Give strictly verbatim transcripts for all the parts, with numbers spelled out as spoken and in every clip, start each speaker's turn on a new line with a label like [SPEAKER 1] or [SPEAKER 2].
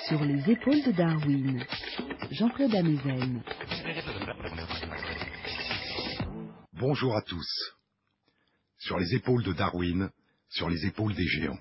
[SPEAKER 1] Sur les épaules de Darwin, Jean-Claude Amezen.
[SPEAKER 2] Bonjour à tous. Sur les épaules de Darwin, sur les épaules des géants.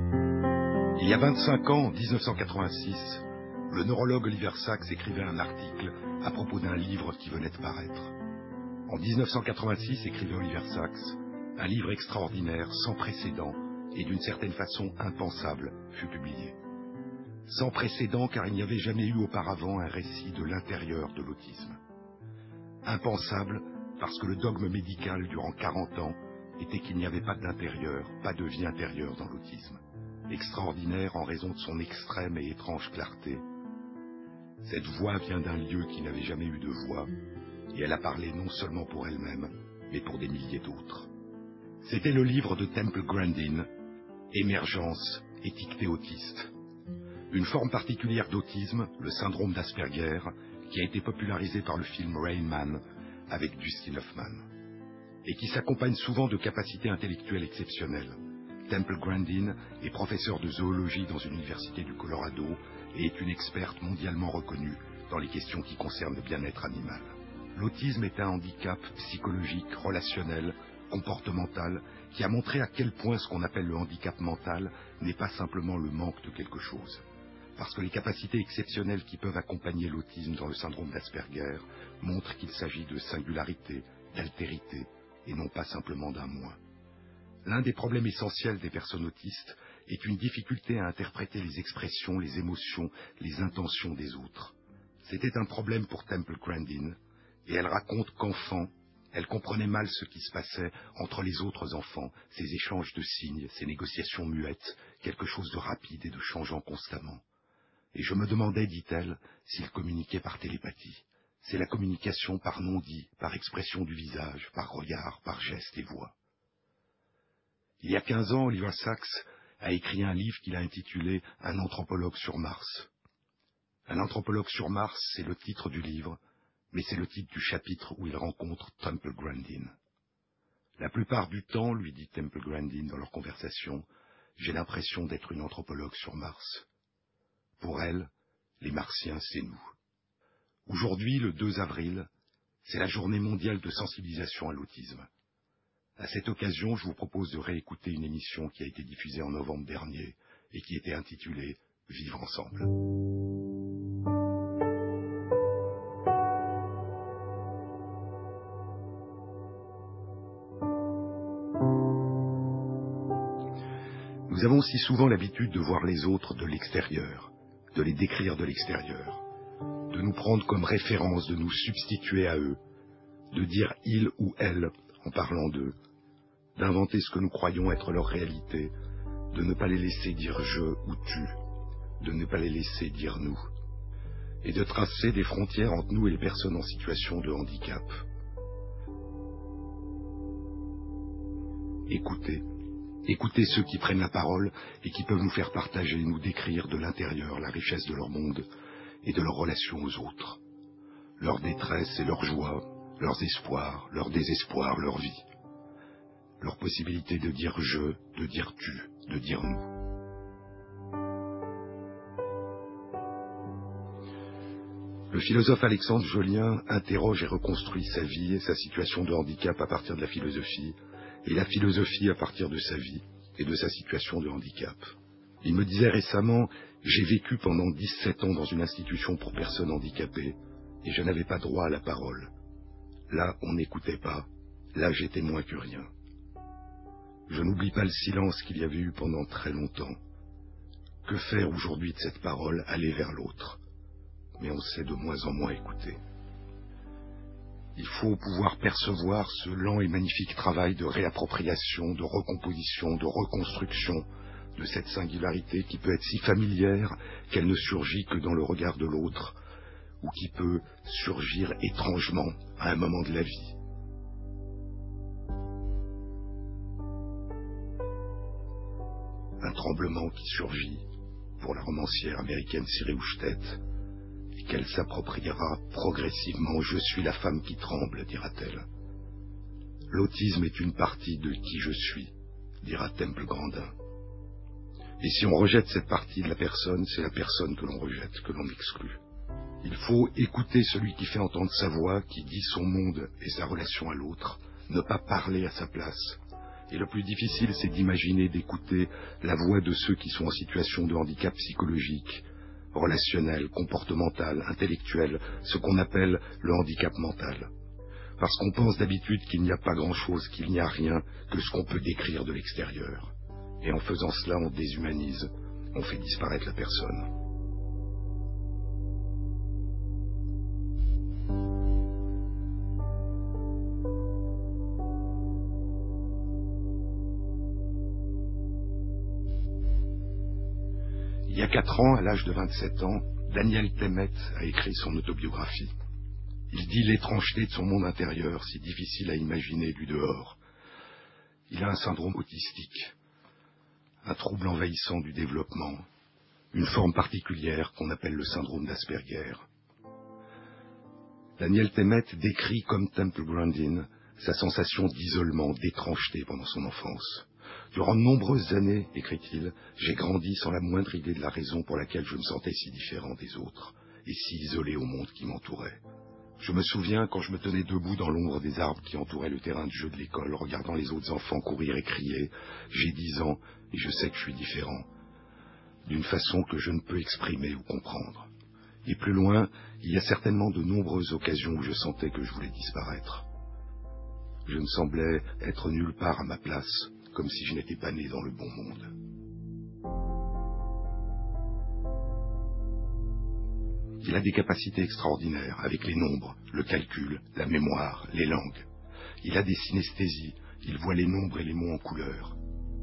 [SPEAKER 2] Il y a vingt-cinq ans, en mille neuf cent quatre-vingt-six, le neurologue Oliver Sacks écrivait un article à propos d'un livre qui venait de paraître. En mille neuf cent quatre-vingt-six, écrivait Oliver Sacks, un livre extraordinaire, sans précédent et d'une certaine façon impensable fut publié. Sans précédent car il n'y avait jamais eu auparavant un récit de l'intérieur de l'autisme. Impensable parce que le dogme médical durant quarante ans était qu'il n'y avait pas d'intérieur, pas de vie intérieure dans l'autisme. Extraordinaire en raison de son extrême et étrange clarté. Cette voix vient d'un lieu qui n'avait jamais eu de voix, et elle a parlé non seulement pour elle-même, mais pour des milliers d'autres. C'était le livre de Temple Grandin, Émergence, étiqueté autiste. Une forme particulière d'autisme, le syndrome d'Asperger, qui a été popularisé par le film Rain Man avec Dustin Hoffman, et qui s'accompagne souvent de capacités intellectuelles exceptionnelles. Temple Grandin est professeur de zoologie dans une université du Colorado et est une experte mondialement reconnue dans les questions qui concernent le bien-être animal. L'autisme est un handicap psychologique, relationnel, comportemental, qui a montré à quel point ce qu'on appelle le handicap mental n'est pas simplement le manque de quelque chose. Parce que les capacités exceptionnelles qui peuvent accompagner l'autisme dans le syndrome d'Asperger montrent qu'il s'agit de singularité, d'altérité, et non pas simplement d'un moi. L'un des problèmes essentiels des personnes autistes est une difficulté à interpréter les expressions, les émotions, les intentions des autres. C'était un problème pour Temple Grandin, et elle raconte qu'enfant, elle comprenait mal ce qui se passait entre les autres enfants, ces échanges de signes, ces négociations muettes, quelque chose de rapide et de changeant constamment. Et je me demandais, dit-elle, s'ils communiquaient par télépathie. C'est la communication par non-dit, par expression du visage, par regard, par geste et voix. Il y a quinze ans, Oliver Sacks a écrit un livre qu'il a intitulé « Un anthropologue sur Mars ». Un anthropologue sur Mars, c'est le titre du livre, mais c'est le titre du chapitre où il rencontre Temple Grandin. La plupart du temps, lui dit Temple Grandin dans leur conversation, j'ai l'impression d'être une anthropologue sur Mars. Pour elle, les Martiens, c'est nous. Aujourd'hui, le deux avril, c'est la journée mondiale de sensibilisation à l'autisme. À cette occasion, je vous propose de réécouter une émission qui a été diffusée en novembre dernier et qui était intitulée « Vivre ensemble ». Nous avons si souvent l'habitude de voir les autres de l'extérieur, de les décrire de l'extérieur, de nous prendre comme référence, de nous substituer à eux, de dire « il » ou « elle » en parlant d'eux, d'inventer ce que nous croyons être leur réalité, de ne pas les laisser dire « je » ou « tu », de ne pas les laisser dire « nous », et de tracer des frontières entre nous et les personnes en situation de handicap. Écoutez, écoutez ceux qui prennent la parole et qui peuvent nous faire partager, nous décrire de l'intérieur la richesse de leur monde et de leur relation aux autres, leur détresse et leur joie, leurs espoirs, leur désespoir, leur vie. Leur possibilité de dire « je », de dire « tu », de dire « nous ». Le philosophe Alexandre Jolien interroge et reconstruit sa vie et sa situation de handicap à partir de la philosophie, et la philosophie à partir de sa vie et de sa situation de handicap. Il me disait récemment « J'ai vécu pendant dix-sept ans dans une institution pour personnes handicapées, et je n'avais pas droit à la parole. Là, on n'écoutait pas, là j'étais moins que rien. » Je n'oublie pas le silence qu'il y avait eu pendant très longtemps. Que faire aujourd'hui de cette parole, aller vers l'autre? Mais on sait de moins en moins écouter. Il faut pouvoir percevoir ce lent et magnifique travail de réappropriation, de recomposition, de reconstruction de cette singularité qui peut être si familière qu'elle ne surgit que dans le regard de l'autre, ou qui peut surgir étrangement à un moment de la vie. Un tremblement qui surgit pour la romancière américaine Siri Hustvedt, et qu'elle s'appropriera progressivement. « Je suis la femme qui tremble », dira-t-elle. L'autisme est une partie de qui je suis, dira Temple Grandin. Et si on rejette cette partie de la personne, c'est la personne que l'on rejette, que l'on exclut. Il faut écouter celui qui fait entendre sa voix, qui dit son monde et sa relation à l'autre, ne pas parler à sa place. Et le plus difficile, c'est d'imaginer, d'écouter la voix de ceux qui sont en situation de handicap psychologique, relationnel, comportemental, intellectuel, ce qu'on appelle le handicap mental. Parce qu'on pense d'habitude qu'il n'y a pas grand-chose, qu'il n'y a rien que ce qu'on peut décrire de l'extérieur. Et en faisant cela, on déshumanise, on fait disparaître la personne. Il y a quatre ans, à l'âge de vingt-sept ans, Daniel Temmet a écrit son autobiographie. Il dit l'étrangeté de son monde intérieur, si difficile à imaginer du dehors. Il a un syndrome autistique, un trouble envahissant du développement, une forme particulière qu'on appelle le syndrome d'Asperger. Daniel Temmet décrit comme Temple Grandin sa sensation d'isolement, d'étrangeté pendant son enfance. Durant de nombreuses années, écrit-il, j'ai grandi sans la moindre idée de la raison pour laquelle je me sentais si différent des autres et si isolé au monde qui m'entourait. Je me souviens quand je me tenais debout dans l'ombre des arbres qui entouraient le terrain de jeu de l'école, regardant les autres enfants courir et crier. J'ai dix ans et je sais que je suis différent, d'une façon que je ne peux exprimer ou comprendre. Et plus loin, il y a certainement de nombreuses occasions où je sentais que je voulais disparaître. Je me semblais être nulle part à ma place, comme si je n'étais pas né dans le bon monde. Il a des capacités extraordinaires avec les nombres, le calcul, la mémoire, les langues. Il a des synesthésies, il voit les nombres et les mots en couleur.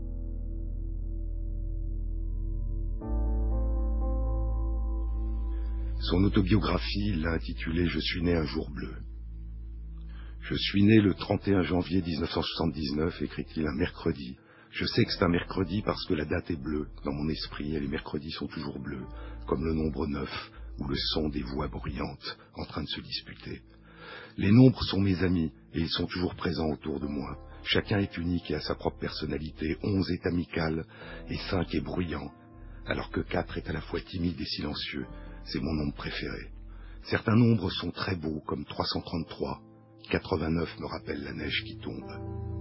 [SPEAKER 2] Son autobiographie, il l'a intitulée « Je suis né un jour bleu ». Je suis né le trente et un janvier mille neuf cent soixante-dix-neuf, écrit-il, un mercredi. Je sais que c'est un mercredi parce que la date est bleue dans mon esprit et les mercredis sont toujours bleus, comme le nombre neuf ou le son des voix bruyantes en train de se disputer. Les nombres sont mes amis et ils sont toujours présents autour de moi. Chacun est unique et a sa propre personnalité. Onze est amical et cinq est bruyant, alors que quatre est à la fois timide et silencieux. C'est mon nombre préféré. Certains nombres sont très beaux, comme trois cent trente-trois. quatre-vingt-neuf me rappelle la neige qui tombe.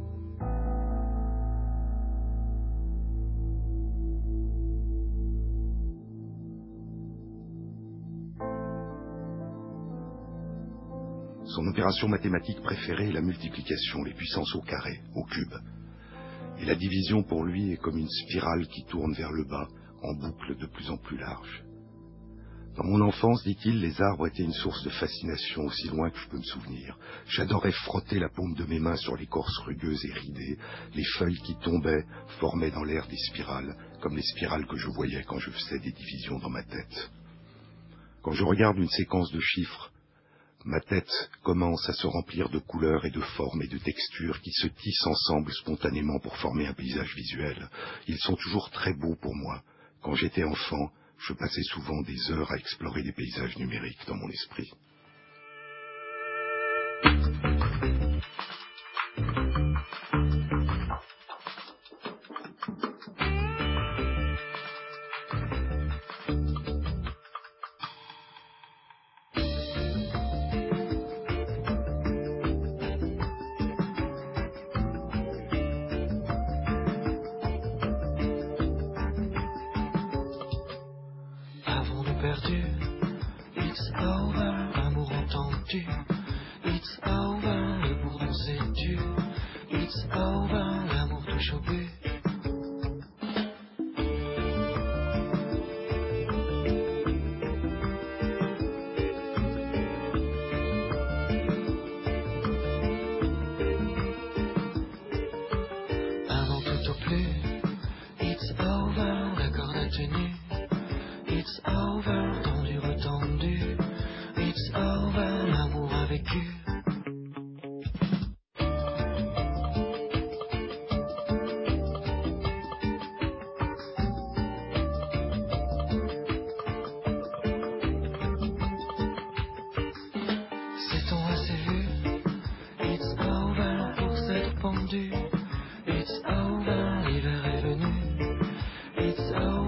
[SPEAKER 2] Son opération mathématique préférée est la multiplication, les puissances au carré, au cube. Et la division pour lui est comme une spirale qui tourne vers le bas, en boucle de plus en plus large. Dans mon enfance, dit-il, les arbres étaient une source de fascination aussi loin que je peux me souvenir. J'adorais frotter la paume de mes mains sur l'écorce rugueuse et ridée. Les feuilles qui tombaient formaient dans l'air des spirales, comme les spirales que je voyais quand je faisais des divisions dans ma tête. Quand je regarde une séquence de chiffres, ma tête commence à se remplir de couleurs et de formes et de textures qui se tissent ensemble spontanément pour former un paysage visuel. Ils sont toujours très beaux pour moi. Quand j'étais enfant, je passais souvent des heures à explorer des paysages numériques dans mon esprit.
[SPEAKER 3] It's over, amour entendu. It's over, le bourdon c'est tu. It's over, l'amour touche au but. Avant tout au plus. It's over, la corde a tenu. It's over, tendu retendu. It's over, l'amour a vécu. C'est-on assez vu? It's over pour s'être pendu. It's over, l'hiver est venu. It's over.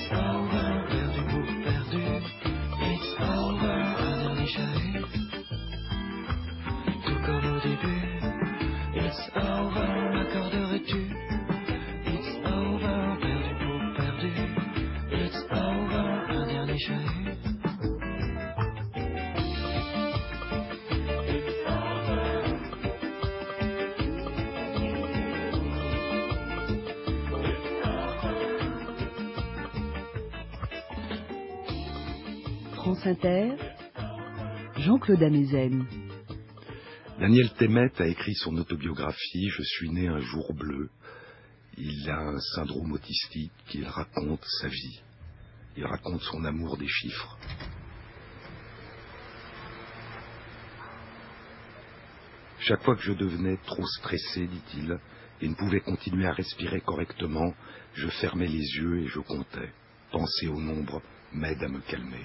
[SPEAKER 3] It's over, perdu pour perdu. It's over, un dernier chahut. Tout comme au début. It's over, m'accorderais-tu? It's over, perdu pour perdu. It's over, un dernier chahut.
[SPEAKER 1] France Inter, Jean-Claude Amezen.
[SPEAKER 2] Daniel Temmet a écrit son autobiographie « Je suis né un jour bleu ». Il a un syndrome autistique, il raconte sa vie. Il raconte son amour des chiffres. Chaque fois que je devenais trop stressé, dit-il, et ne pouvais continuer à respirer correctement, je fermais les yeux et je comptais. Penser au nombre m'aide à me calmer.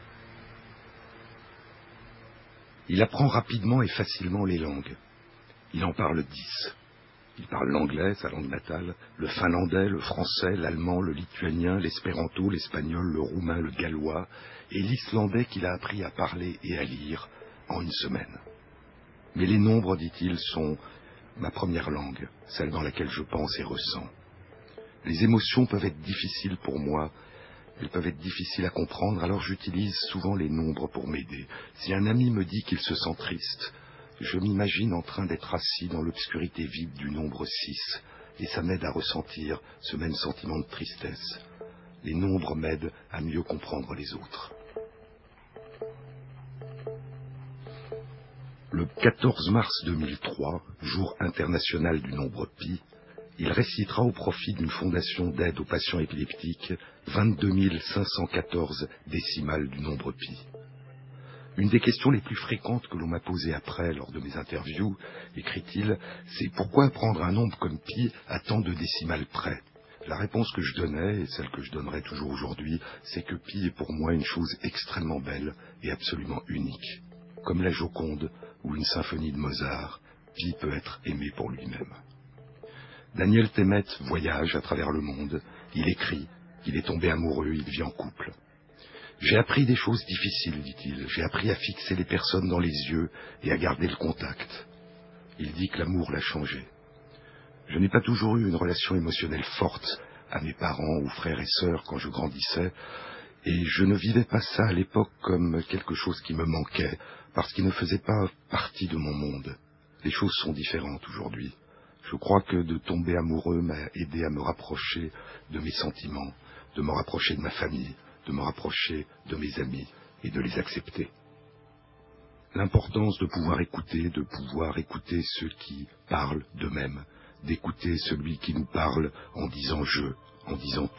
[SPEAKER 2] Il apprend rapidement et facilement les langues. Il en parle dix. Il parle l'anglais, sa langue natale, le finlandais, le français, l'allemand, le lituanien, l'espéranto, l'espagnol, le roumain, le gallois et l'islandais qu'il a appris à parler et à lire en une semaine. Mais les nombres, dit-il, sont ma première langue, celle dans laquelle je pense et ressens. Les émotions peuvent être difficiles pour moi, elles peuvent être difficiles à comprendre, alors j'utilise souvent les nombres pour m'aider. Si un ami me dit qu'il se sent triste, je m'imagine en train d'être assis dans l'obscurité vide du nombre six, et ça m'aide à ressentir ce même sentiment de tristesse. Les nombres m'aident à mieux comprendre les autres. Le quatorze mars deux mille trois, jour international du nombre pi, il récitera au profit d'une fondation d'aide aux patients épileptiques vingt-deux mille cinq cent quatorze décimales du nombre pi. Une des questions les plus fréquentes que l'on m'a posées après, lors de mes interviews, écrit-il, c'est pourquoi prendre un nombre comme pi à tant de décimales près? La réponse que je donnais, et celle que je donnerai toujours aujourd'hui, c'est que pi est pour moi une chose extrêmement belle et absolument unique. Comme la Joconde ou une symphonie de Mozart, pi peut être aimé pour lui-même. Daniel Temmet voyage à travers le monde, il écrit, il est tombé amoureux, il vit en couple. J'ai appris des choses difficiles, dit-il, j'ai appris à fixer les personnes dans les yeux et à garder le contact. Il dit que l'amour l'a changé. Je n'ai pas toujours eu une relation émotionnelle forte à mes parents ou frères et sœurs quand je grandissais, et je ne vivais pas ça à l'époque comme quelque chose qui me manquait, parce qu'il ne faisait pas partie de mon monde. Les choses sont différentes aujourd'hui. Je crois que de tomber amoureux m'a aidé à me rapprocher de mes sentiments, de me rapprocher de ma famille, de me rapprocher de mes amis et de les accepter. L'importance de pouvoir écouter, de pouvoir écouter ceux qui parlent d'eux-mêmes, d'écouter celui qui nous parle en disant « je », en disant « tu ».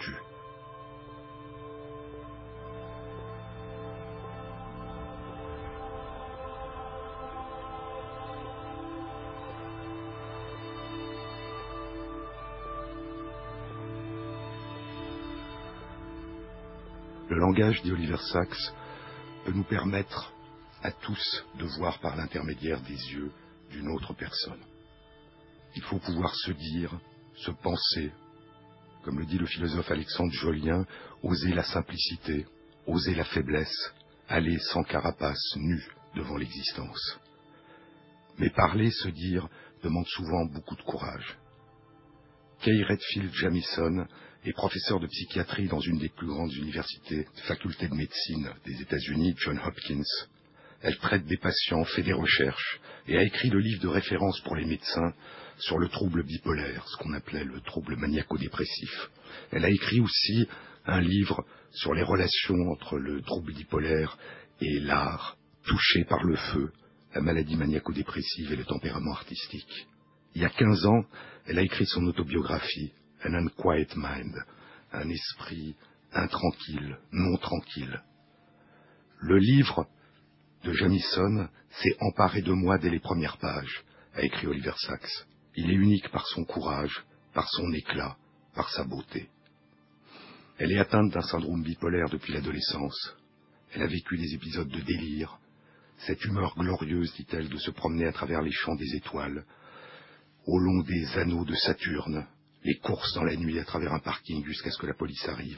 [SPEAKER 2] Le langage, dit Oliver Sacks, peut nous permettre à tous de voir par l'intermédiaire des yeux d'une autre personne. Il faut pouvoir se dire, se penser, comme le dit le philosophe Alexandre Jolien, oser la simplicité, oser la faiblesse, aller sans carapace, nu devant l'existence. Mais parler, se dire, demande souvent beaucoup de courage. Kay Redfield Jamison est professeur de psychiatrie dans une des plus grandes universités, faculté de médecine des États-Unis, Johns Hopkins. Elle traite des patients, fait des recherches et a écrit le livre de référence pour les médecins sur le trouble bipolaire, ce qu'on appelait le trouble maniaco-dépressif. Elle a écrit aussi un livre sur les relations entre le trouble bipolaire et l'art, touché par le feu, la maladie maniaco-dépressive et le tempérament artistique. Il y a quinze ans, elle a écrit son autobiographie, An Unquiet Mind, un esprit intranquille, non tranquille. Le livre de Jamison s'est emparé de moi dès les premières pages, a écrit Oliver Sacks. Il est unique par son courage, par son éclat, par sa beauté. Elle est atteinte d'un syndrome bipolaire depuis l'adolescence. Elle a vécu des épisodes de délire. Cette humeur glorieuse, dit-elle, de se promener à travers les champs des étoiles, au long des anneaux de Saturne, les courses dans la nuit à travers un parking jusqu'à ce que la police arrive,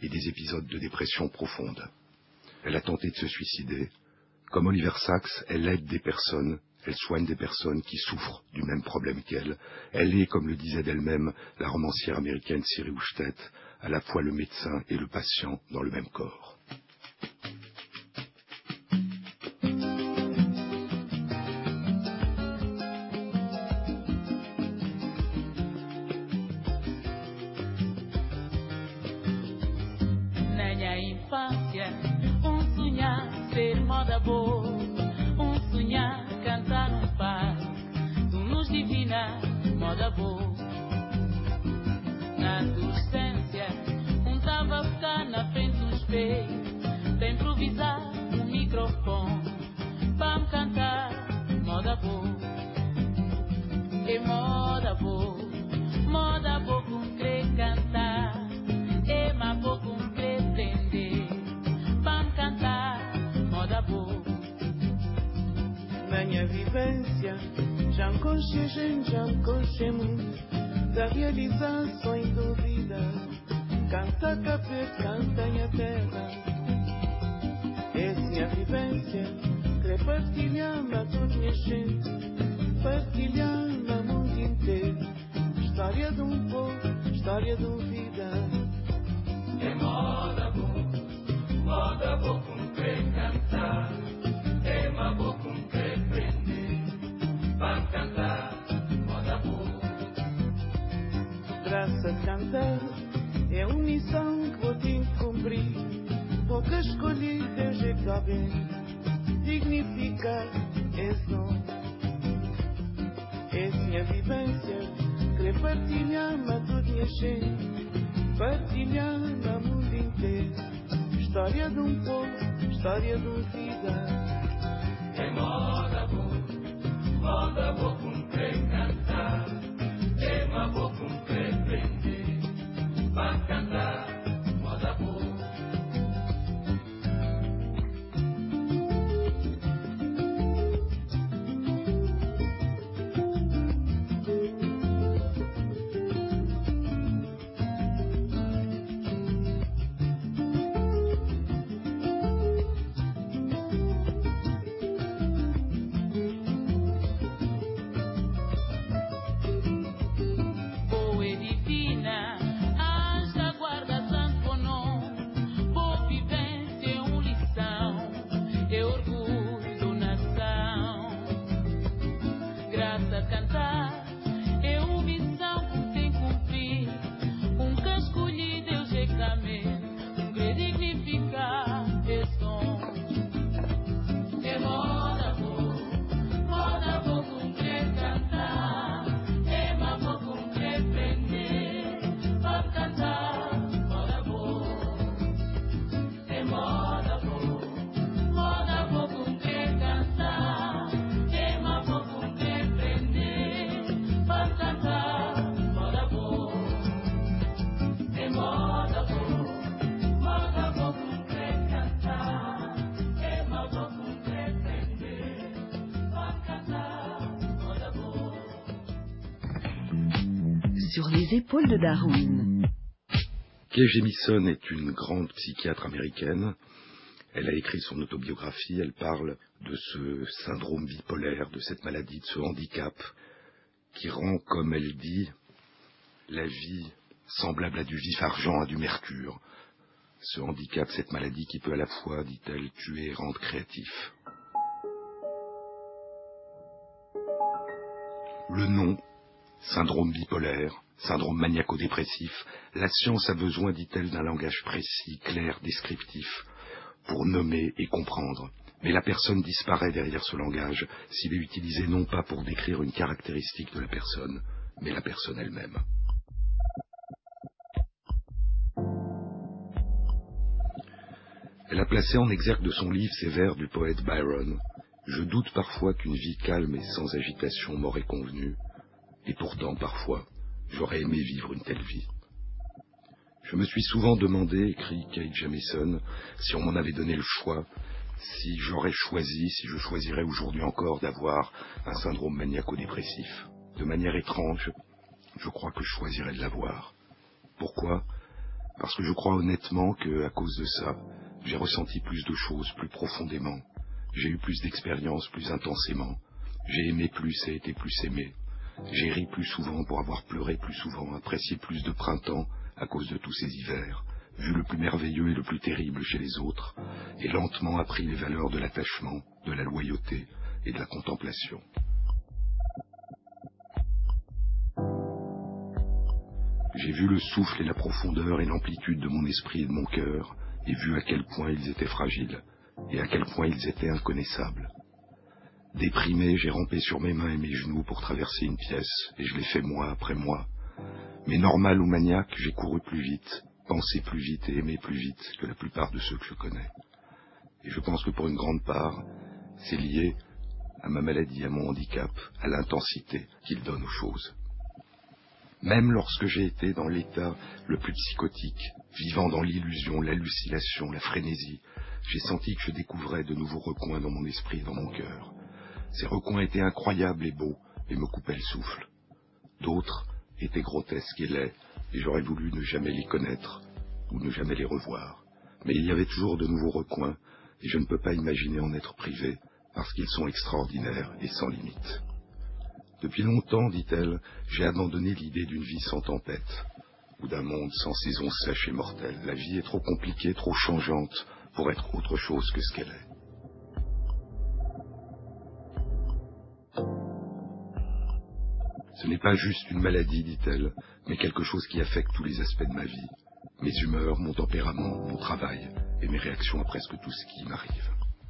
[SPEAKER 2] et des épisodes de dépression profonde. Elle a tenté de se suicider. Comme Oliver Sacks, elle aide des personnes, elle soigne des personnes qui souffrent du même problème qu'elle. Elle est, comme le disait d'elle-même la romancière américaine Siri Hustvedt, à la fois le médecin et le patient dans le même corps.
[SPEAKER 4] Na minha infância, um sonhar ser moda boa, um sonhar cantar num parque, um luz divina, moda boa. Na adolescência, um tava a ficar na frente do espelho, para improvisar um microfone, para me cantar, moda boa. E moda boa, moda boa com querer cantar, e ma boa com querer aprender, para me cantar, moda boa.
[SPEAKER 5] Na minha vivência, já me conchei gente, já me conchei muito, da realização e dúvida, canta capeta, canta em a terra. Essa minha vivência, querer partilhar na toda minha gente, partilhar no mundo inteiro, história de um povo, história de uma vida.
[SPEAKER 3] É moda boa, moda boa com querer cantar, é uma boa com querer aprender, para cantar, moda boa.
[SPEAKER 5] Graça de cantar é uma missão que vou ter que cumprir, pouca escolhi, Deus é que sabe dignificar esse nome. Essa minha vivência, querer partilhar na toda minha gente, partilhar no mundo inteiro, história de um povo, história de uma vida.
[SPEAKER 3] É moda boa, moda boa com querer cantar, é uma boa com querer aprender, para cantar, moda boa.
[SPEAKER 4] Boa e divina, anja guarda santo bom nome, boa vivência é uma lição, é orgulho nação. Graça a cantar, é uma missão que tem que cumprir, um que escolhi Deus é caminho, um que dignificar é som. É moda boa, moda boa com querer cantar, é uma boa com querer aprender, para cantar, moda boa. É moda boa, moda boa com querer cantar, é uma boa com querer aprender, para cantar, moda boa. É moda boa, moda boa com querer cantar, é uma boa com querer aprender, para cantar, moda boa.
[SPEAKER 1] Sur les épaules de Darwin.
[SPEAKER 2] Kay Jemison est une grande psychiatre américaine. Elle a écrit son autobiographie, elle parle de ce syndrome bipolaire, de cette maladie, de ce handicap, qui rend, comme elle dit, la vie semblable à du vif argent, à du mercure. Ce handicap, cette maladie qui peut à la fois, dit-elle, tuer et rendre créatif. Le nom, syndrome bipolaire, syndrome maniaco-dépressif, la science a besoin, dit-elle, d'un langage précis, clair, descriptif, pour nommer et comprendre. Mais la personne disparaît derrière ce langage s'il est utilisé non pas pour décrire une caractéristique de la personne, mais la personne elle-même. Elle a placé en exergue de son livre ces vers du poète Byron. « Je doute parfois qu'une vie calme et sans agitation m'aurait convenu, et pourtant, parfois, j'aurais aimé vivre une telle vie. » Je me suis souvent demandé, écrit Kay Jemison, si on m'en avait donné le choix, si j'aurais choisi, si je choisirais aujourd'hui encore d'avoir un syndrome maniaco-dépressif. De manière étrange, je crois que je choisirais de l'avoir. Pourquoi ? Parce que je crois honnêtement que, à cause de ça, j'ai ressenti plus de choses plus profondément. J'ai eu plus d'expériences plus intensément. J'ai aimé plus et été plus aimé. J'ai ri plus souvent pour avoir pleuré plus souvent, apprécié plus de printemps à cause de tous ces hivers, vu le plus merveilleux et le plus terrible chez les autres, et lentement appris les valeurs de l'attachement, de la loyauté et de la contemplation. J'ai vu le souffle et la profondeur et l'amplitude de mon esprit et de mon cœur, et vu à quel point ils étaient fragiles, et à quel point ils étaient inconnaissables. Déprimé, j'ai rampé sur mes mains et mes genoux pour traverser une pièce, et je l'ai fait mois après mois. Mais normal ou maniaque, j'ai couru plus vite, pensé plus vite et aimé plus vite que la plupart de ceux que je connais. Et je pense que pour une grande part, c'est lié à ma maladie, à mon handicap, à l'intensité qu'il donne aux choses. Même lorsque j'ai été dans l'état le plus psychotique, vivant dans l'illusion, l'hallucination, la frénésie, j'ai senti que je découvrais de nouveaux recoins dans mon esprit et dans mon cœur. Ces recoins étaient incroyables et beaux et me coupaient le souffle. D'autres étaient grotesques et laids, et j'aurais voulu ne jamais les connaître ou ne jamais les revoir. Mais il y avait toujours de nouveaux recoins, et je ne peux pas imaginer en être privé, parce qu'ils sont extraordinaires et sans limite. Depuis longtemps, dit-elle, j'ai abandonné l'idée d'une vie sans tempête, ou d'un monde sans saisons sèches et mortelles. La vie est trop compliquée, trop changeante, pour être autre chose que ce qu'elle est. Ce n'est pas juste une maladie, dit-elle, mais quelque chose qui affecte tous les aspects de ma vie. Mes humeurs, mon tempérament, mon travail et mes réactions à presque tout ce qui m'arrive.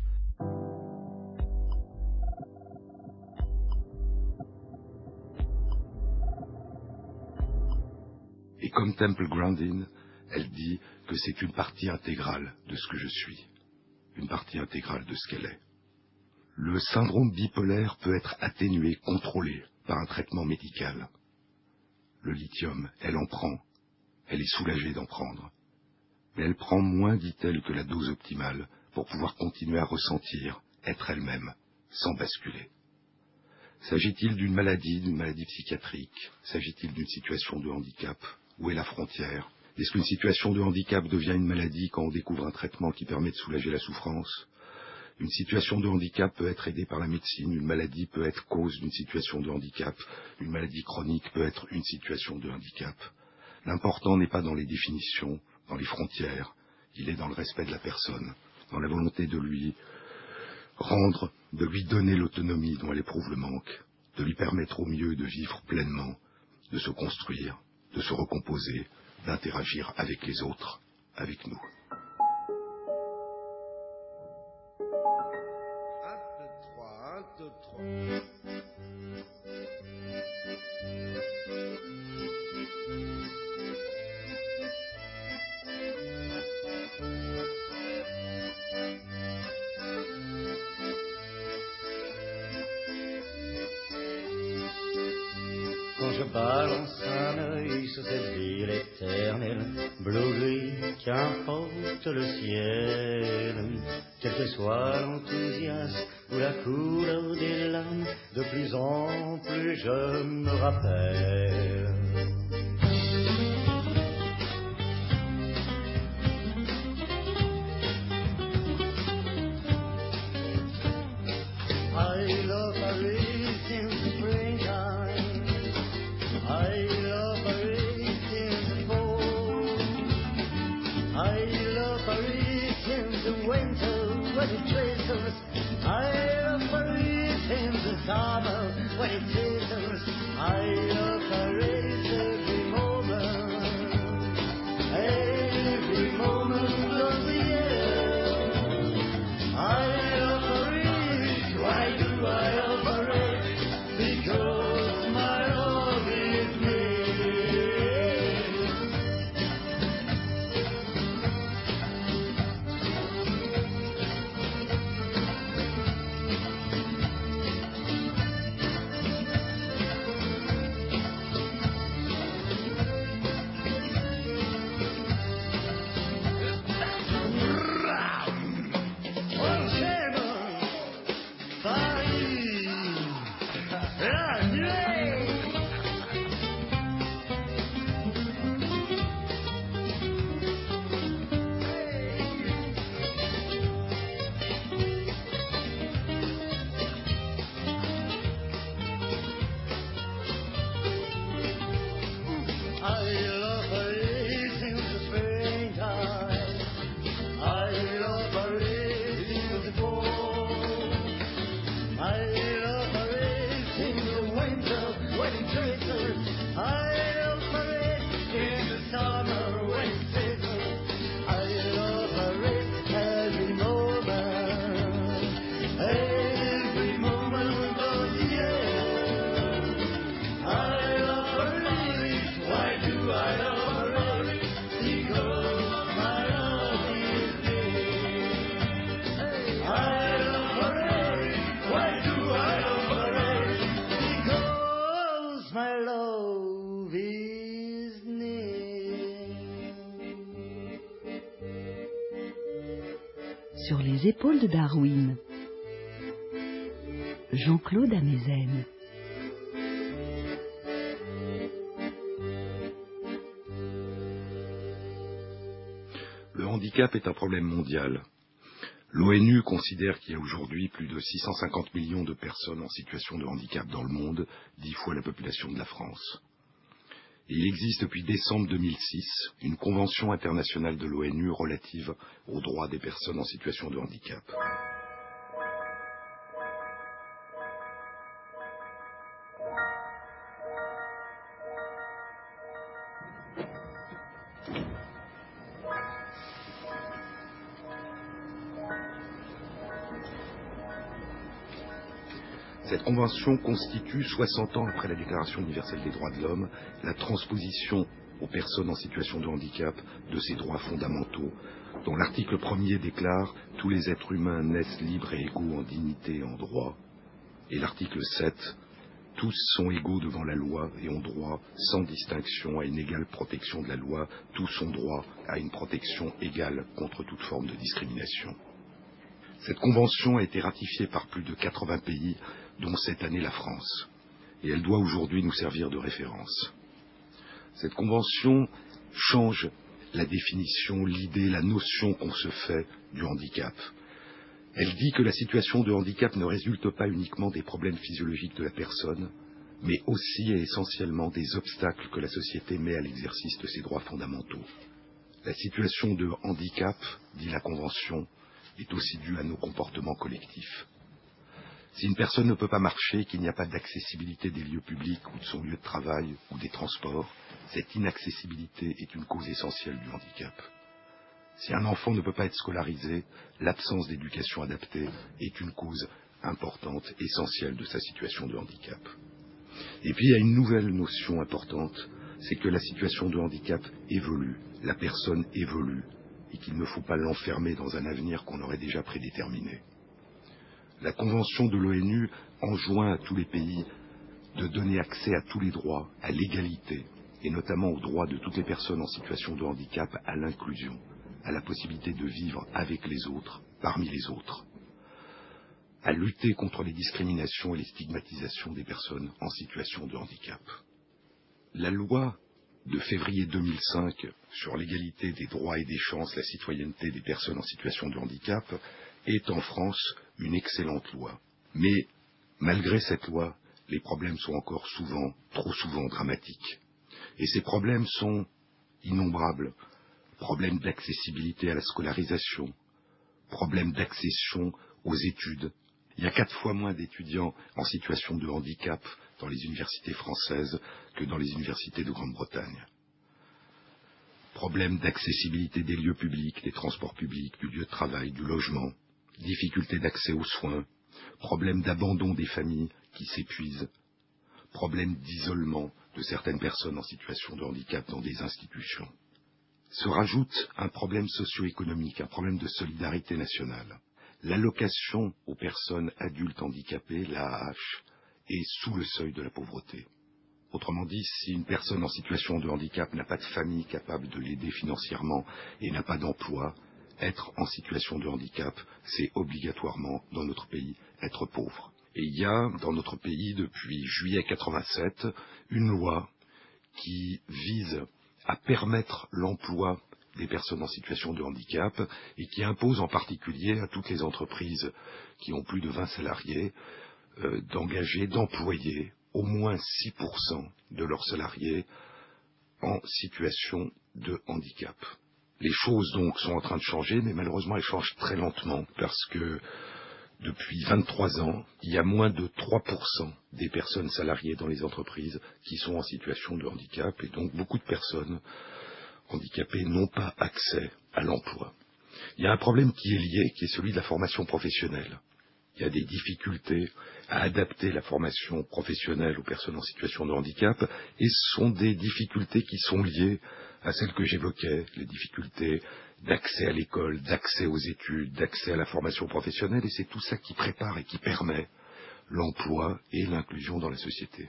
[SPEAKER 2] Et comme Temple Grandin, elle dit que c'est une partie intégrale de ce que je suis, une partie intégrale de ce qu'elle est. Le syndrome bipolaire peut être atténué, contrôlé par un traitement médical. Le lithium, elle en prend, elle est soulagée d'en prendre. Mais elle prend moins, dit-elle, que la dose optimale pour pouvoir continuer à ressentir, être elle-même, sans basculer. S'agit-il d'une maladie, d'une maladie psychiatrique? S'agit-il d'une situation de handicap? Où est la frontière? Est-ce qu'une situation de handicap devient une maladie quand on découvre un traitement qui permet de soulager la souffrance? Une situation de handicap peut être aidée par la médecine, une maladie peut être cause d'une situation de handicap, une maladie chronique peut être une situation de handicap. L'important n'est pas dans les définitions, dans les frontières, il est dans le respect de la personne, dans la volonté de lui rendre, de lui donner l'autonomie dont elle éprouve le manque, de lui permettre au mieux de vivre pleinement, de se construire, de se recomposer, d'interagir avec les autres, avec nous.
[SPEAKER 6] Quand je balance un œil sur cette ville éternelle, bleu-gris, qu'importe le ciel, quel que soit l'enthousiasme ou la couleur des lames, de plus en plus je me rappelle. I love Paris in springtime. I love Paris in the fall. I love Paris in the winter when it drizzles. I love Paris in the summer when it sizzles. I love Paris every moment, every moment of the year. I love Paris, why do I love Paris? Because my love is near.
[SPEAKER 1] Sur les épaules de Darwin. Jean-Claude Amezen.
[SPEAKER 2] Le handicap est un problème mondial. L'ONU considère qu'il y a aujourd'hui plus de six cent cinquante millions de personnes en situation de handicap dans le monde, dix fois la population de la France. Et il existe depuis décembre deux mille six une convention internationale de l'ONU relative aux droits des personnes en situation de handicap. Cette convention constitue, soixante ans après la Déclaration universelle des droits de l'homme, la transposition aux personnes en situation de handicap de ces droits fondamentaux, dont l'article premier déclare « Tous les êtres humains naissent libres et égaux en dignité et en droit », et l'article sept « Tous sont égaux devant la loi et ont droit, sans distinction, à une égale protection de la loi, tous ont droit à une protection égale contre toute forme de discrimination ». Cette convention a été ratifiée par plus de quatre-vingts pays, dont cette année la France, et elle doit aujourd'hui nous servir de référence. Cette convention change la définition, l'idée, la notion qu'on se fait du handicap. Elle dit que la situation de handicap ne résulte pas uniquement des problèmes physiologiques de la personne, mais aussi et essentiellement des obstacles que la société met à l'exercice de ses droits fondamentaux. La situation de handicap, dit la Convention, est aussi due à nos comportements collectifs. Si une personne ne peut pas marcher, qu'il n'y a pas d'accessibilité des lieux publics ou de son lieu de travail ou des transports, cette inaccessibilité est une cause essentielle du handicap. Si un enfant ne peut pas être scolarisé, l'absence d'éducation adaptée est une cause importante, essentielle de sa situation de handicap. Et puis il y a une nouvelle notion importante, c'est que la situation de handicap évolue, la personne évolue, et qu'il ne faut pas l'enfermer dans un avenir qu'on aurait déjà prédéterminé. La Convention de l'ONU enjoint à tous les pays de donner accès à tous les droits, à l'égalité, et notamment aux droits de toutes les personnes en situation de handicap, à l'inclusion, à la possibilité de vivre avec les autres, parmi les autres, à lutter contre les discriminations et les stigmatisations des personnes en situation de handicap. La loi de février deux mille cinq sur l'égalité des droits et des chances, la citoyenneté des personnes en situation de handicap est en France une excellente loi. Mais malgré cette loi, les problèmes sont encore souvent, trop souvent dramatiques. Et ces problèmes sont innombrables. Problèmes d'accessibilité à la scolarisation, problèmes d'accession aux études. Il y a quatre fois moins d'étudiants en situation de handicap dans les universités françaises que dans les universités de Grande-Bretagne. Problèmes d'accessibilité des lieux publics, des transports publics, du lieu de travail, du logement, difficultés d'accès aux soins, problèmes d'abandon des familles qui s'épuisent, problèmes d'isolement de certaines personnes en situation de handicap dans des institutions. Se rajoute un problème socio-économique, un problème de solidarité nationale. L'allocation aux personnes adultes handicapées, l'A A H, est sous le seuil de la pauvreté. Autrement dit, si une personne en situation de handicap n'a pas de famille capable de l'aider financièrement et n'a pas d'emploi, être en situation de handicap, c'est obligatoirement, dans notre pays, être pauvre. Et il y a, dans notre pays, depuis juillet quatre-vingt-sept, une loi qui vise à permettre l'emploi des personnes en situation de handicap et qui impose en particulier à toutes les entreprises qui ont plus de vingt salariés euh, d'engager, d'employer au moins six pour cent de leurs salariés en situation de handicap. Les choses donc sont en train de changer, mais malheureusement elles changent très lentement parce que depuis vingt-trois ans, il y a moins de trois pour cent des personnes salariées dans les entreprises qui sont en situation de handicap et donc beaucoup de personnes handicapées n'ont pas accès à l'emploi. Il y a un problème qui est lié, qui est celui de la formation professionnelle. Il y a des difficultés à adapter la formation professionnelle aux personnes en situation de handicap et ce sont des difficultés qui sont liées à celles que j'évoquais, les difficultés d'accès à l'école, d'accès aux études, d'accès à la formation professionnelle et c'est tout ça qui prépare et qui permet l'emploi et l'inclusion dans la société.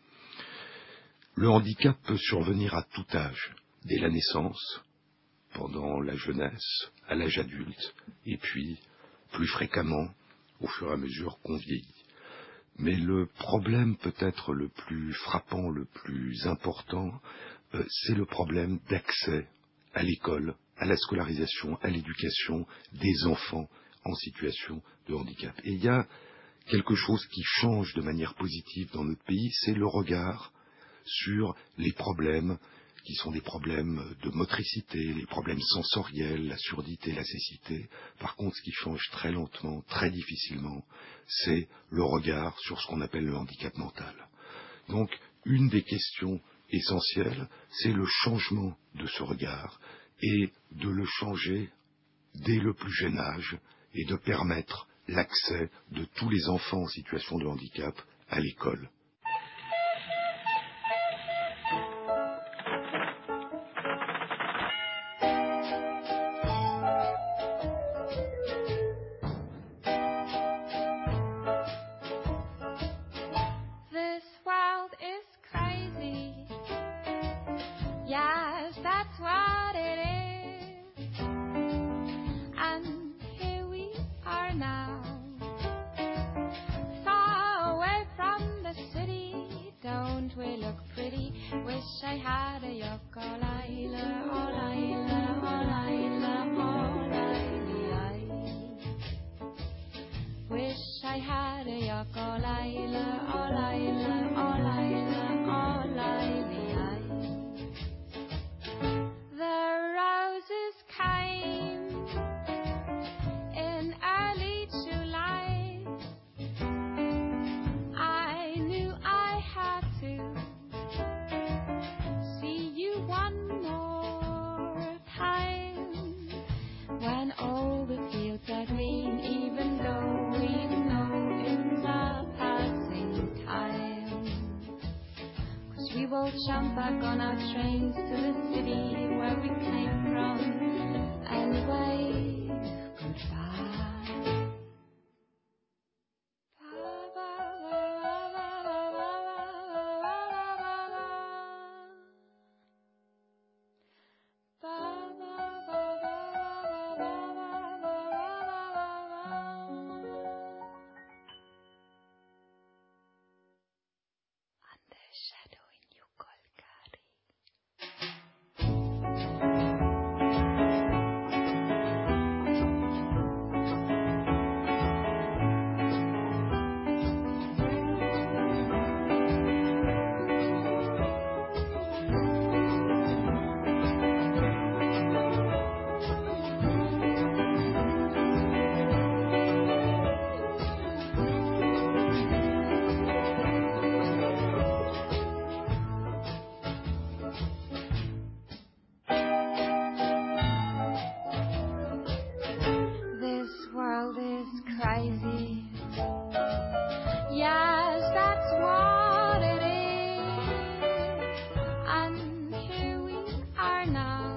[SPEAKER 2] Le handicap peut survenir à tout âge, dès la naissance, pendant la jeunesse, à l'âge adulte et puis plus fréquemment au fur et à mesure qu'on vieillit. Mais le problème peut-être le plus frappant, le plus important, euh, c'est le problème d'accès à l'école, à la scolarisation, à l'éducation des enfants en situation de handicap. Et il y a quelque chose qui change de manière positive dans notre pays, c'est le regard sur les problèmes qui sont des problèmes de motricité, les problèmes sensoriels, la surdité, la cécité. Par contre, ce qui change très lentement, très difficilement, c'est le regard sur ce qu'on appelle le handicap mental. Donc, une des questions essentielles, c'est le changement de ce regard et de le changer dès le plus jeune âge et de permettre l'accès de tous les enfants en situation de handicap à l'école.
[SPEAKER 7] This world is crazy. Yes, that's what it is. And here we are now, far away from the city. Don't we look pretty? Wish I had a ukulele, oh Lila, oh Lila, oh Lila. Wish I had a ukulele, oh Lila, oh Lila, oh Lila. The roses came in early July. I knew I had to see you one more time. When all the fields are green, even though we know it's a passing time. 'Cause we will jump back on our trains to the city where we came from and wave goodbye. Under shadow in Yukolkari. This world is crazy. Yes, that's what it is. And here we are now,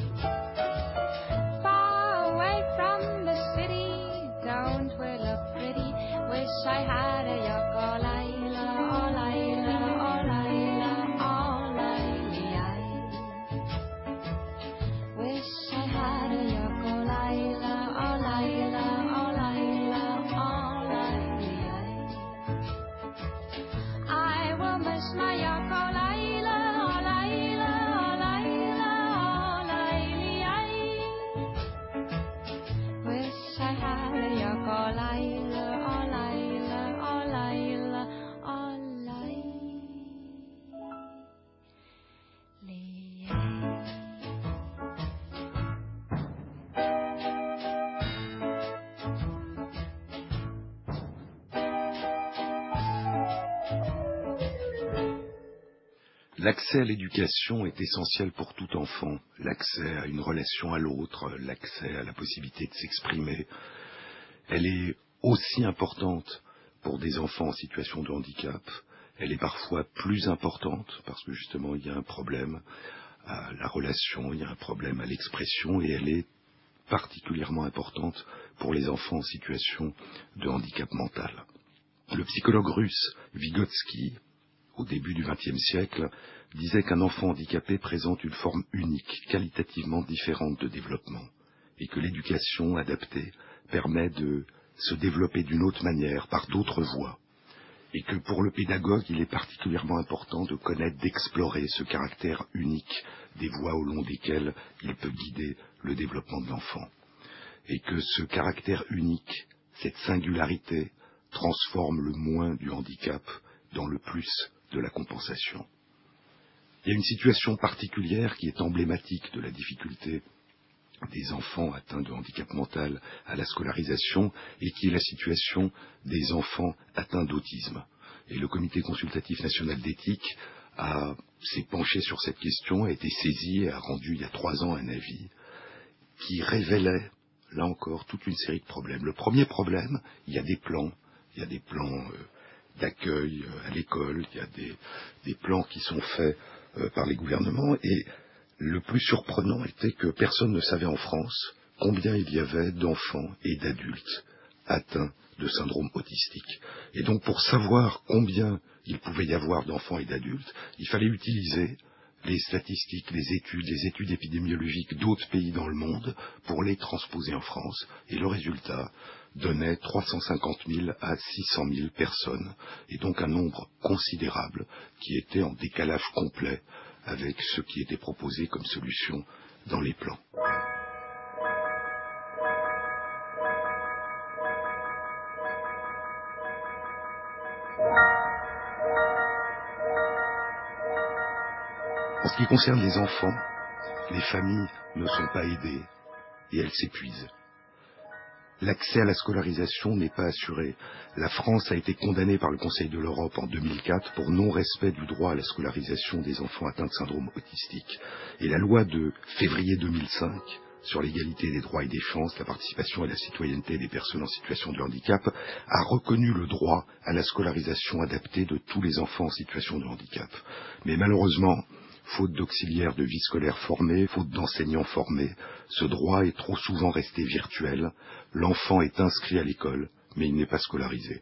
[SPEAKER 7] far away from the city. Don't we look pretty? Wish I had a ukulele, oh Lila, oh Lila, oh Lila. Wish I had a ukulele, oh Lila, oh Lila, oh Lila. I will miss my ukulele, oh Lila, oh Lila, oh Lila. Wish I had a ukulele, oh Lila, oh Lila, oh
[SPEAKER 2] L'accès à l'éducation est essentiel pour tout enfant. L'accès à une relation à l'autre, l'accès à la possibilité de s'exprimer. Elle est aussi importante pour des enfants en situation de handicap. Elle est parfois plus importante parce que justement il y a un problème à la relation, il y a un problème à l'expression et elle est particulièrement importante pour les enfants en situation de handicap mental. Le psychologue russe Vygotsky, au début du vingtième siècle, disait qu'un enfant handicapé présente une forme unique, qualitativement différente de développement. et que l'éducation adaptée permet de se développer d'une autre manière, par d'autres voies, et que pour le pédagogue, il est particulièrement important de connaître, d'explorer ce caractère unique des voies au long desquelles il peut guider le développement de l'enfant, et que ce caractère unique, cette singularité, transforme le moins du handicap dans le plus de la compensation. Il y a une situation particulière qui est emblématique de la difficulté des enfants atteints de handicap mental à la scolarisation et qui est la situation des enfants atteints d'autisme. Et le Comité consultatif national d'éthique a, s'est penché sur cette question, a été saisi et a rendu il y a trois ans un avis qui révélait, là encore, toute une série de problèmes. Le premier problème, il y a des plans, il y a des plans euh, d'accueil euh, à l'école, il y a des, des plans qui sont faits euh, par les gouvernements et le plus surprenant était que personne ne savait en France combien il y avait d'enfants et d'adultes atteints de syndrome autistique. Et donc pour savoir combien il pouvait y avoir d'enfants et d'adultes, il fallait utiliser les statistiques, les études, les études épidémiologiques d'autres pays dans le monde pour les transposer en France. Et le résultat donnait trois cent cinquante mille à six cent mille personnes, et donc un nombre considérable qui était en décalage complet avec ce qui était proposé comme solution dans les plans. En ce qui concerne les enfants, les familles ne sont pas aidées et elles s'épuisent. L'accès à la scolarisation n'est pas assuré. La France a été condamnée par le Conseil de l'Europe en deux mille quatre pour non-respect du droit à la scolarisation des enfants atteints de syndrome autistique. Et la loi de février deux mille cinq sur l'égalité des droits et des chances, la participation et la citoyenneté des personnes en situation de handicap a reconnu le droit à la scolarisation adaptée de tous les enfants en situation de handicap. Mais malheureusement, faute d'auxiliaires de vie scolaire formés, faute d'enseignants formés, ce droit est trop souvent resté virtuel. L'enfant est inscrit à l'école, mais il n'est pas scolarisé.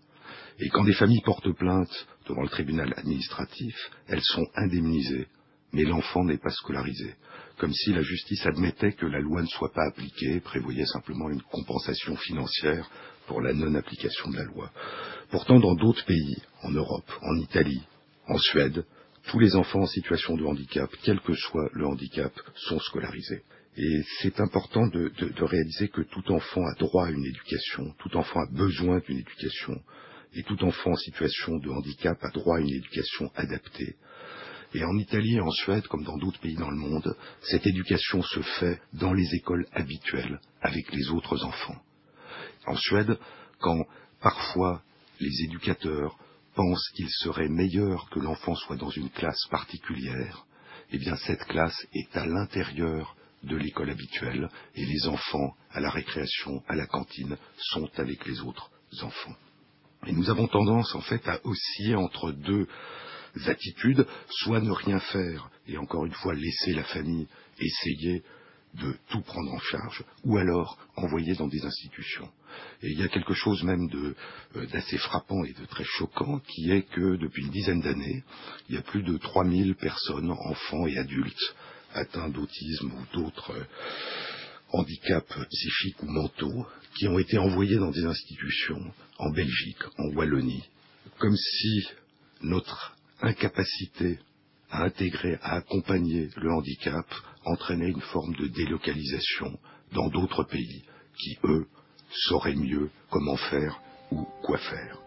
[SPEAKER 2] Et quand des familles portent plainte devant le tribunal administratif, elles sont indemnisées, mais l'enfant n'est pas scolarisé. Comme si la justice admettait que la loi ne soit pas appliquée, prévoyait simplement une compensation financière pour la non-application de la loi. Pourtant, dans d'autres pays, en Europe, en Italie, en Suède, tous les enfants en situation de handicap, quel que soit le handicap, sont scolarisés. Et c'est important de, de, de réaliser que tout enfant a droit à une éducation, tout enfant a besoin d'une éducation, et tout enfant en situation de handicap a droit à une éducation adaptée. Et en Italie et en Suède, comme dans d'autres pays dans le monde, cette éducation se fait dans les écoles habituelles, avec les autres enfants. En Suède, quand parfois les éducateurs pensent qu'il serait meilleur que l'enfant soit dans une classe particulière, eh bien cette classe est à l'intérieur de l'école habituelle et les enfants, à la récréation, à la cantine, sont avec les autres enfants. Et nous avons tendance en fait à osciller entre deux attitudes, soit ne rien faire et encore une fois laisser la famille essayer de tout prendre en charge, ou alors envoyer dans des institutions. Et il y a quelque chose même de, euh, d'assez frappant et de très choquant, qui est que depuis une dizaine d'années, il y a plus de trois mille personnes, enfants et adultes, atteints d'autisme ou d'autres euh, handicaps psychiques ou mentaux, qui ont été envoyés dans des institutions en Belgique, en Wallonie, comme si notre incapacité à intégrer, à accompagner le handicap entraînait une forme de délocalisation dans d'autres pays qui, eux, sauraient mieux comment faire ou quoi faire.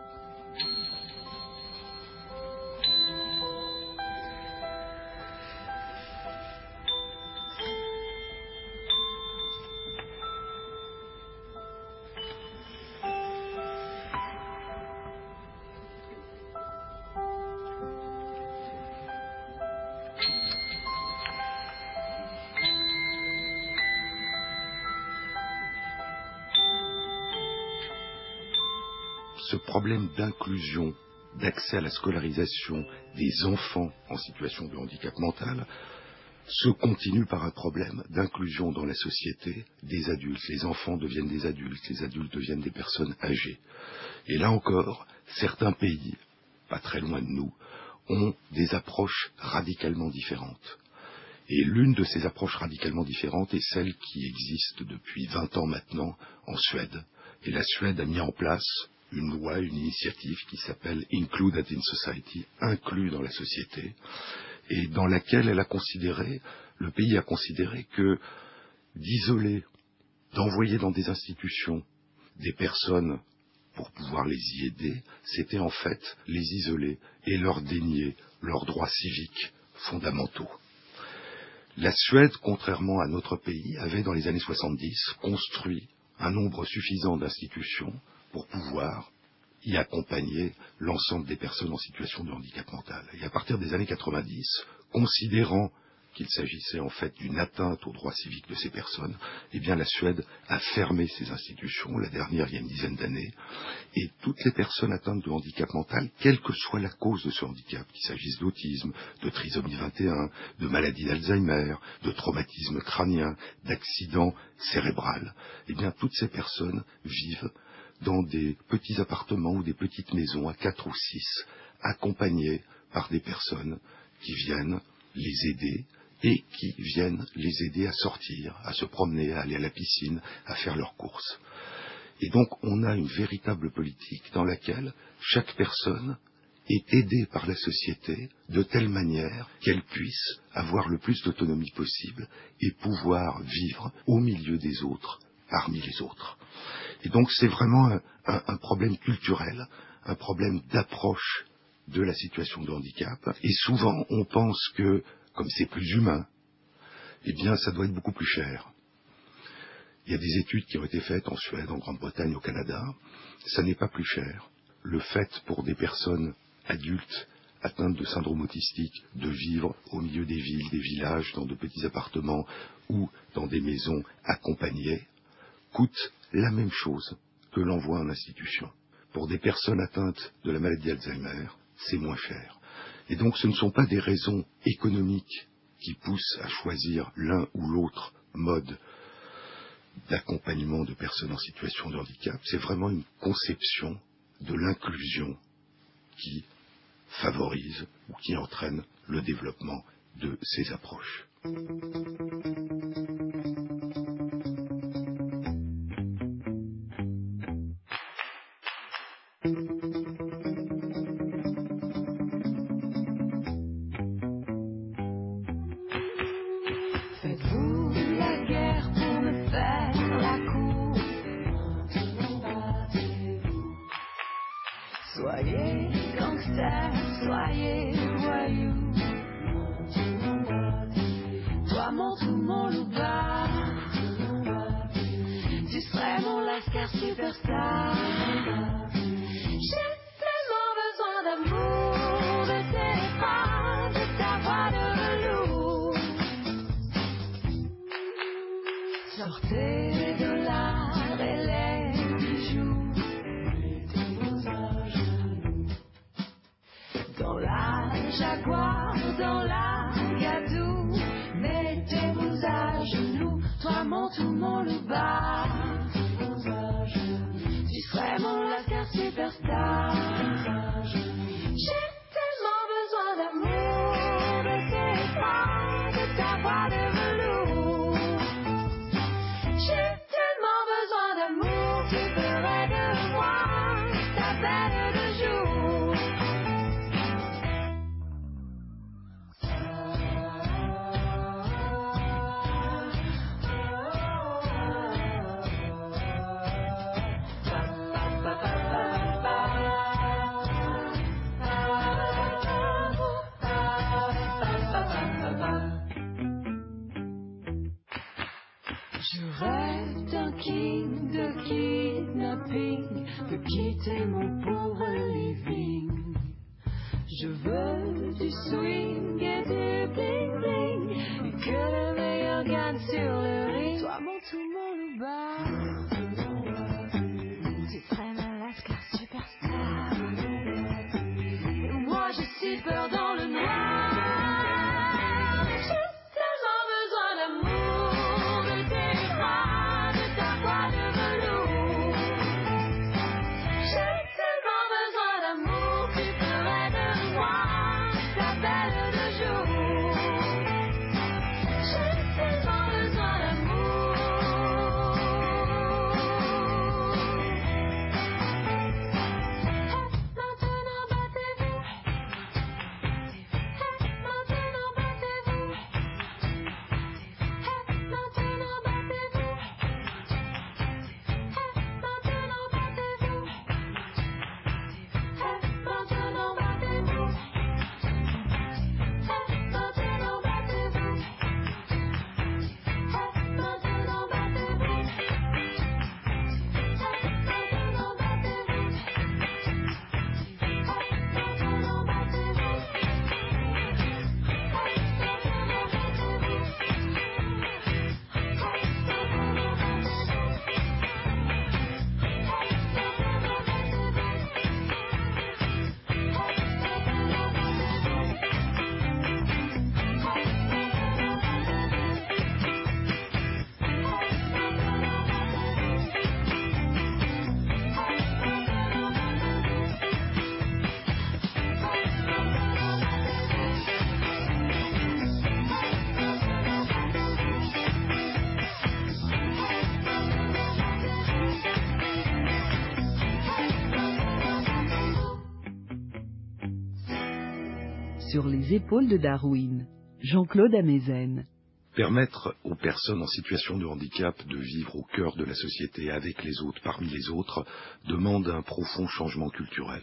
[SPEAKER 2] Ce problème d'inclusion, d'accès à la scolarisation des enfants en situation de handicap mental se continue par un problème d'inclusion dans la société des adultes. Les enfants deviennent des adultes, les adultes deviennent des personnes âgées. Et là encore, certains pays, pas très loin de nous, ont des approches radicalement différentes. Et l'une de ces approches radicalement différentes est celle qui existe depuis vingt ans maintenant en Suède. Et la Suède a mis en place une loi, une initiative qui s'appelle Included in Society, inclus dans la société, et dans laquelle elle a considéré, le pays a considéré que d'isoler, d'envoyer dans des institutions des personnes pour pouvoir les y aider, c'était en fait les isoler et leur dénier leurs droits civiques fondamentaux. La Suède, contrairement à notre pays, avait dans les années soixante-dix construit un nombre suffisant d'institutions pour pouvoir y accompagner l'ensemble des personnes en situation de handicap mental. Et à partir des années quatre-vingt-dix, considérant qu'il s'agissait en fait d'une atteinte aux droits civiques de ces personnes, eh bien la Suède a fermé ces institutions, la dernière il y a une dizaine d'années, et toutes les personnes atteintes de handicap mental, quelle que soit la cause de ce handicap, qu'il s'agisse d'autisme, de trisomie vingt et un, de maladie d'Alzheimer, de traumatisme crânien, d'accident cérébral, eh bien toutes ces personnes vivent dans des petits appartements ou des petites maisons à quatre ou six, accompagnées par des personnes qui viennent les aider et qui viennent les aider à sortir, à se promener, à aller à la piscine, à faire leurs courses. Et donc on a une véritable politique dans laquelle chaque personne est aidée par la société de telle manière qu'elle puisse avoir le plus d'autonomie possible et pouvoir vivre au milieu des autres, parmi les autres. Et donc c'est vraiment un, un, un problème culturel, un problème d'approche de la situation de handicap. Et souvent on pense que, comme c'est plus humain, eh bien ça doit être beaucoup plus cher. Il y a des études qui ont été faites en Suède, en Grande-Bretagne, au Canada. Ça n'est pas plus cher. Le fait pour des personnes adultes atteintes de syndrome autistique de vivre au milieu des villes, des villages, dans de petits appartements ou dans des maisons accompagnées, coûte la même chose que l'envoi en institution. Pour des personnes atteintes de la maladie d'Alzheimer, c'est moins cher. Et donc ce ne sont pas des raisons économiques qui poussent à choisir l'un ou l'autre mode d'accompagnement de personnes en situation de handicap, c'est vraiment une conception de l'inclusion qui favorise ou qui entraîne le développement de ces approches.
[SPEAKER 7] Faites-vous la guerre pour me faire la cour? Soyez gangster, soyez voyou. Toi mon tout, mon loupard. Tu serais mon lascar superstar. J'ai tellement besoin d'amour, de tes bras, de ta voix de velours. Sortez de l'art et les bijoux. Mettez-vous à genoux. Dans la Jaguar, dans la Gadou. Mettez-vous à genoux. Toi mon tout, mon loupard. Mettez-vous à genoux. Tu serais mon lascar superstar. J'ai tellement besoin d'amour, de tes bras, de ta voix de velours. J'ai tellement besoin d'amour, tu ferais de moi ta belle de jour. Je rêve d'un king de kidnapping, de quitter mon pauvre living. Je veux du swing et du bling bling, et que le meilleur gagne sur le ring. Toi mon tout, mon loupard. Tu serais ma lascar superstar. Moi j'ai si peur dans le noir. J'ai tellement besoin d'amour, de tes bras, de ta voix de velours. J'ai tellement besoin d'amour, tu ferais de moi ta belle de jour.
[SPEAKER 1] Sur les épaules de Darwin, Jean-Claude Amezen.
[SPEAKER 2] Permettre aux personnes en situation de handicap de vivre au cœur de la société, avec les autres, parmi les autres, demande un profond changement culturel.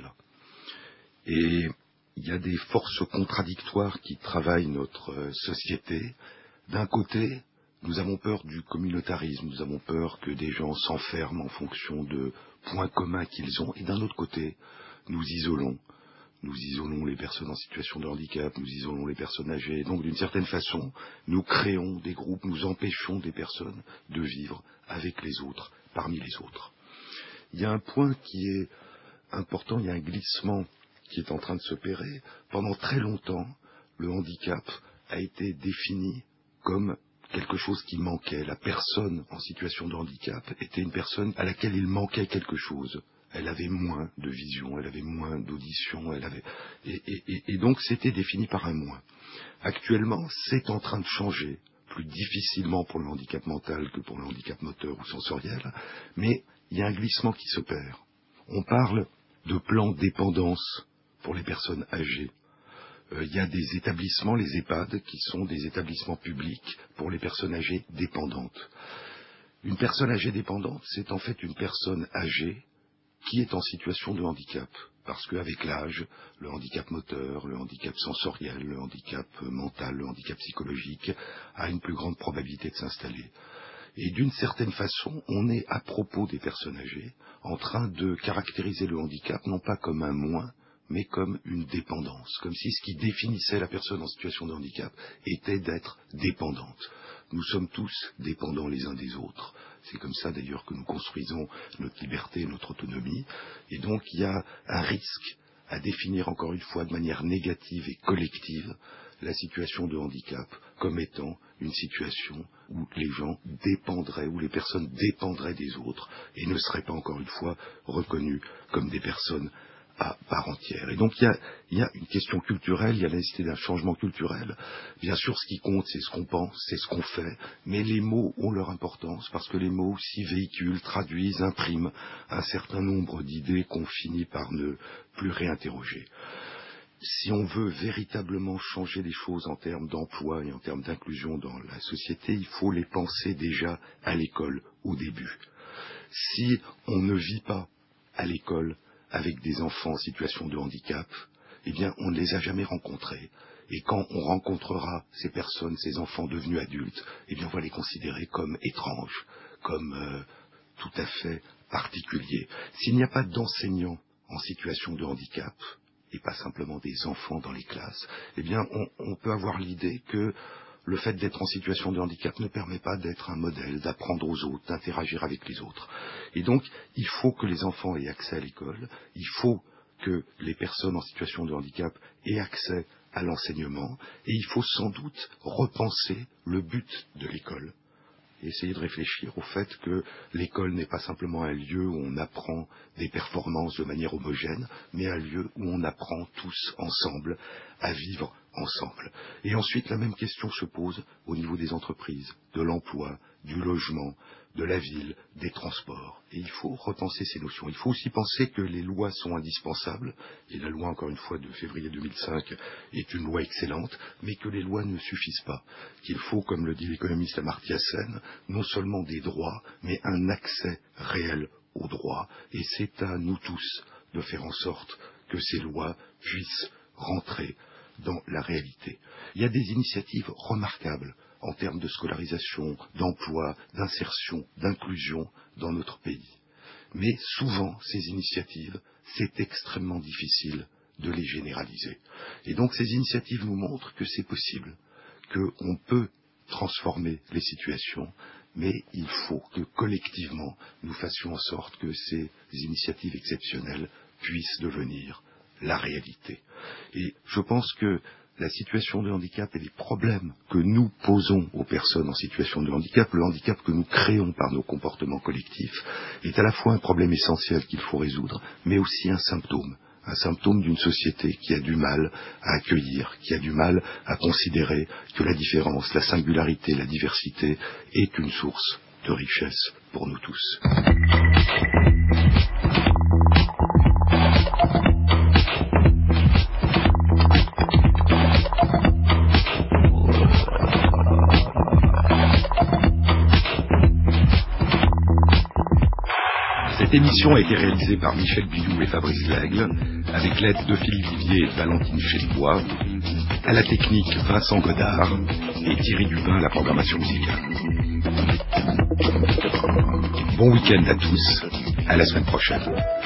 [SPEAKER 2] Et il y a des forces contradictoires qui travaillent notre société. D'un côté, nous avons peur du communautarisme, nous avons peur que des gens s'enferment en fonction de points communs qu'ils ont, et d'un autre côté, nous isolons. Nous isolons les personnes en situation de handicap, nous isolons les personnes âgées. Donc, d'une certaine façon, nous créons des groupes, nous empêchons des personnes de vivre avec les autres, parmi les autres. Il y a un point qui est important, il y a un glissement qui est en train de s'opérer. Pendant très longtemps, le handicap a été défini comme quelque chose qui manquait. La personne en situation de handicap était une personne à laquelle il manquait quelque chose. Elle avait moins de vision, elle avait moins d'audition, elle avait et, et, et donc c'était défini par un moins. Actuellement, c'est en train de changer, plus difficilement pour le handicap mental que pour le handicap moteur ou sensoriel, mais il y a un glissement qui s'opère. On parle de plans dépendance pour les personnes âgées. Euh, il y a des établissements, les EHPAD, qui sont des établissements publics pour les personnes âgées dépendantes. Une personne âgée dépendante, c'est en fait une personne âgée qui est en situation de handicap, parce qu'avec l'âge, le handicap moteur, le handicap sensoriel, le handicap mental, le handicap psychologique a une plus grande probabilité de s'installer. Et d'une certaine façon, on est, à propos des personnes âgées, en train de caractériser le handicap non pas comme un moins, mais comme une dépendance, comme si ce qui définissait la personne en situation de handicap était d'être dépendante. Nous sommes tous dépendants les uns des autres. C'est comme ça d'ailleurs que nous construisons notre liberté et notre autonomie. Et donc il y a un risque à définir encore une fois de manière négative et collective la situation de handicap comme étant une situation où les gens dépendraient, où les personnes dépendraient des autres et ne seraient pas encore une fois reconnues comme des personnes à part entière. Et donc il y a, il y a une question culturelle, il y a la nécessité d'un changement culturel. Bien sûr, ce qui compte, c'est ce qu'on pense, c'est ce qu'on fait, mais les mots ont leur importance, parce que les mots aussi véhiculent, traduisent, impriment un certain nombre d'idées qu'on finit par ne plus réinterroger. Si on veut véritablement changer les choses en termes d'emploi et en termes d'inclusion dans la société, il faut les penser déjà à l'école, au début. Si on ne vit pas à l'école avec des enfants en situation de handicap, eh bien, on ne les a jamais rencontrés. Et quand on rencontrera ces personnes, ces enfants devenus adultes, eh bien, on va les considérer comme étranges, comme euh, tout à fait particuliers. S'il n'y a pas d'enseignants en situation de handicap, et pas simplement des enfants dans les classes, eh bien, on, on peut avoir l'idée que le fait d'être en situation de handicap ne permet pas d'être un modèle, d'apprendre aux autres, d'interagir avec les autres. Et donc, il faut que les enfants aient accès à l'école, il faut que les personnes en situation de handicap aient accès à l'enseignement, et il faut sans doute repenser le but de l'école. Et essayer de réfléchir au fait que l'école n'est pas simplement un lieu où on apprend des performances de manière homogène, mais un lieu où on apprend tous ensemble à vivre ensemble. Et ensuite, la même question se pose au niveau des entreprises, de l'emploi, du logement, de la ville, des transports. Et il faut repenser ces notions. Il faut aussi penser que les lois sont indispensables, et la loi, encore une fois, de février deux mille cinq est une loi excellente, mais que les lois ne suffisent pas. Qu'il faut, comme le dit l'économiste Amartya Sen, non seulement des droits, mais un accès réel aux droits. Et c'est à nous tous de faire en sorte que ces lois puissent rentrer dans la réalité. Il y a des initiatives remarquables en termes de scolarisation, d'emploi, d'insertion, d'inclusion dans notre pays. Mais souvent, ces initiatives, c'est extrêmement difficile de les généraliser. Et donc ces initiatives nous montrent que c'est possible, qu'on peut transformer les situations, mais il faut que collectivement nous fassions en sorte que ces initiatives exceptionnelles puissent devenir la réalité. Et je pense que la situation de handicap et les problèmes que nous posons aux personnes en situation de handicap, le handicap que nous créons par nos comportements collectifs, est à la fois un problème essentiel qu'il faut résoudre, mais aussi un symptôme. Un symptôme d'une société qui a du mal à accueillir, qui a du mal à considérer que la différence, la singularité, la diversité est une source de richesse pour nous tous. Cette émission a été réalisée par Michel Bidou et Fabrice Lègle, avec l'aide de Philippe Vivier et de Valentine Chespois, à la technique Vincent Godard et Thierry Dubin à la programmation musicale. Bon week-end à tous, à la semaine prochaine.